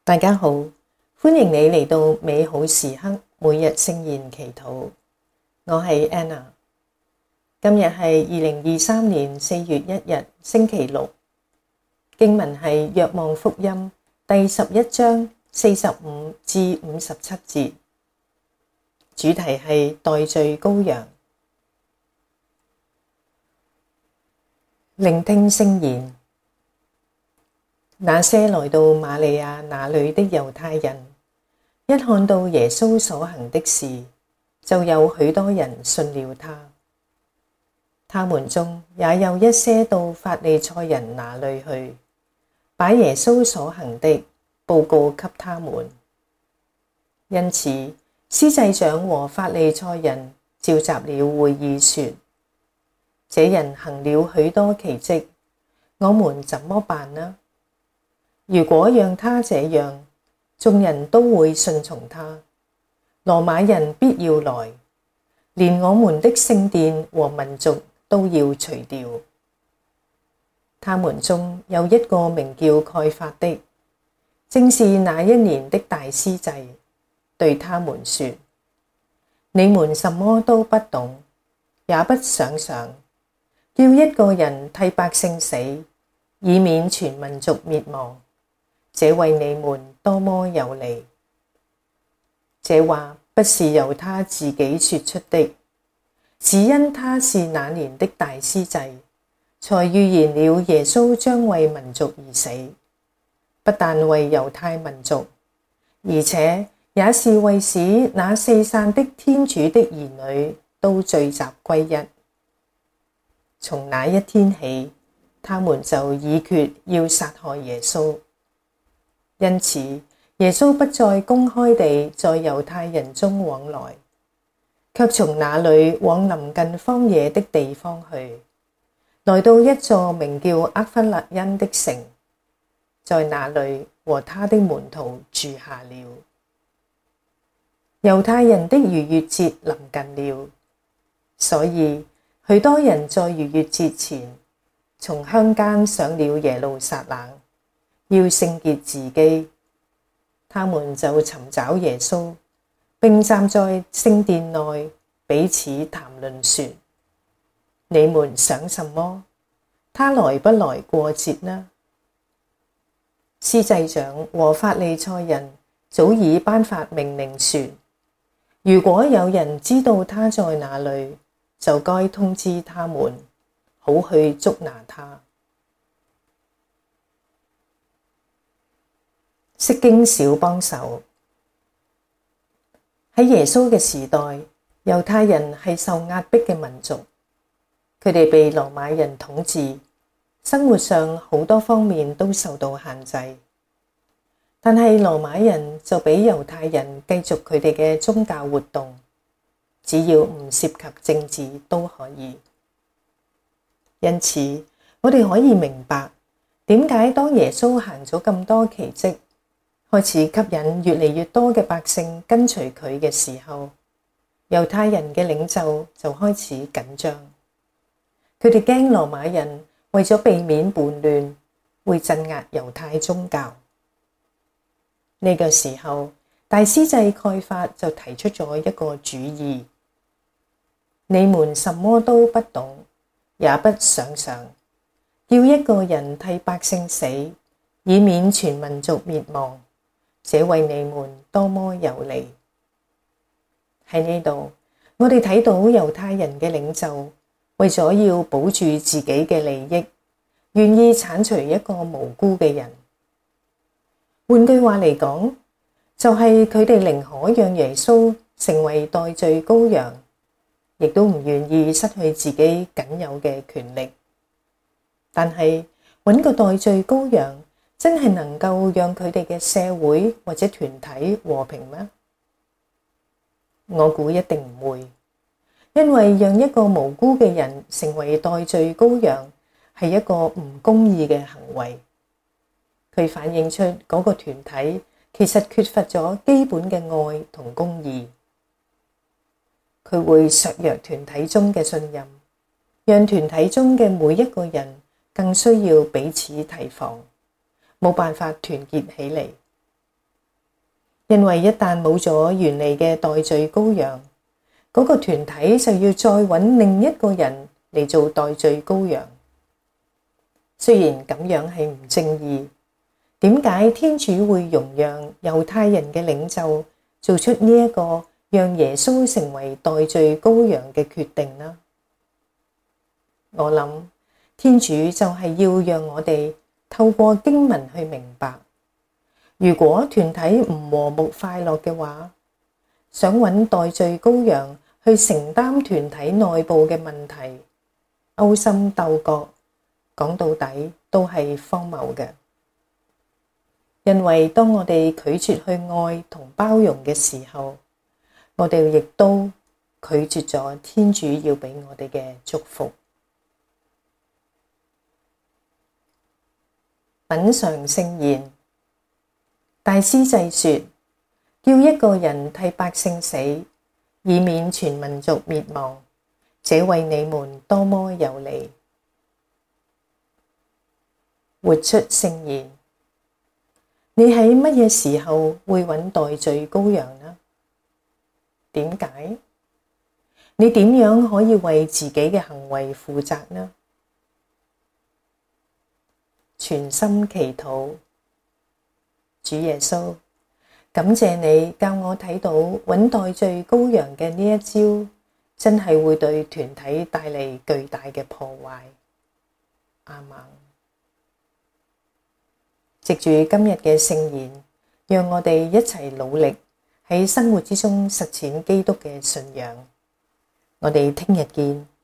大家好，歡迎你嚟到美好時刻每日聖言祈禱。我係 Anna， 今日係2023年4月1日星期六，經文係若望福音第11章45至57節，主題係代罪羔羊。聆聽聖言。那些來到瑪利亞那裡的猶太人，一看到耶穌所行的事，就有許多人信了他。他們中也有一些到法利賽人那裡去，把耶穌所行的報告給他們。因此，司祭長和法利賽人召集了會議說：這人行了許多奇蹟，我們怎麼辦呢？如果讓他這樣，眾人都會信從他，羅馬人必要來，連我們的聖殿和民族都要除掉。他們中有一個名叫蓋法的，正是那一年的大司祭，對他們說：你們什麼都不懂，也不想想，叫一個人替百姓死，以免全民族滅亡。這為你們多麼有利！這話不是由他自己說出的，只因他是那年的大司祭，才預言了耶穌將為民族而死，不但為猶太民族，而且也是為使那四散的天主的兒女都聚集歸一。從那一天起，他們就議決要殺害耶穌。因此，耶穌不再公開地在猶太人中往來，卻從那裡往臨近荒野的地方去，來到一座名叫厄弗辣因的城，在那裡和他的門徒住下了。猶太人的逾越節臨近了，所以許多人在逾越節前從鄉間上了耶路撒冷，要聖潔自己。他們就尋找耶穌，並站在聖殿內彼此談論說：你們想什麼？他來不來過節呢？司祭長和法利賽人早已頒發命令說：如果有人知道他在哪裡，就該通知他們，好去捉拿他。釋經小幫手。喺耶穌嘅時代，猶太人係受壓迫嘅民族，佢哋被羅馬人統治，生活上好多方面都受到限制。但係羅馬人就俾猶太人繼續佢哋嘅宗教活動，只要唔涉及政治都可以。因此，我哋可以明白點解當耶穌行咗咁多奇蹟，開始吸引越嚟越多嘅百姓跟隨佢嘅時候，猶太人嘅領袖就開始緊張。佢哋驚羅馬人為咗避免叛亂，會鎮壓猶太宗教。呢個時候，大司祭蓋法就提出咗一個主意：你們什麼都不懂，也不想想，叫一個人替百姓死，以免全民族滅亡。這為你們多麼有利！喺呢度，我哋睇到猶太人嘅領袖為咗要保住自己嘅利益，願意剷除一個無辜嘅人。換句話嚟講，就係佢哋寧可讓耶穌成為代罪羔羊，亦都唔願意失去自己僅有嘅權力。但係揾個代罪羔羊，真係能夠讓佢哋嘅社會或者團體和平嗎？我估一定唔會，因為讓一個無辜嘅人成為代罪羔羊係一個唔公義嘅行為。佢反映出嗰個團體其實缺乏咗基本嘅愛同公義。佢會削弱團體中嘅信任，讓團體中嘅每一個人更需要彼此提防。冇辦法團結起嚟。 因為一旦冇咗原嚟嘅代罪羔羊，嗰個團體就要再揾另一個人嚟做代罪羔羊。雖然咁樣係唔正義，點解天主會容讓猶太人嘅領袖做出呢一個讓耶穌成為代罪羔羊嘅決定呢？我諗天主就係要讓我哋透過經文去明白，如果團體唔和睦快樂嘅話，想揾代罪羔羊去承擔團體內部嘅問題，勾心鬥角，講到底都係荒謬嘅。因為當我哋拒絕去愛同包容嘅時候，我哋亦都拒絕咗天主要俾我哋嘅祝福。品嚐聖言。大司祭說，叫一個人替百姓死，以免全民族滅亡，這為你們多麼有利。活出聖言。你喺乜嘢時候會揾代罪羔羊呢？點解？你點樣可以為自己嘅行為負責呢？全心祈禱。主耶穌，感謝你教我睇到揾代罪羔羊嘅呢一招，真係會對團體帶嚟巨大嘅破壞。阿們。藉住今日嘅聖言，讓我哋一齊努力喺生活之中實踐基督嘅信仰。我哋聽日見。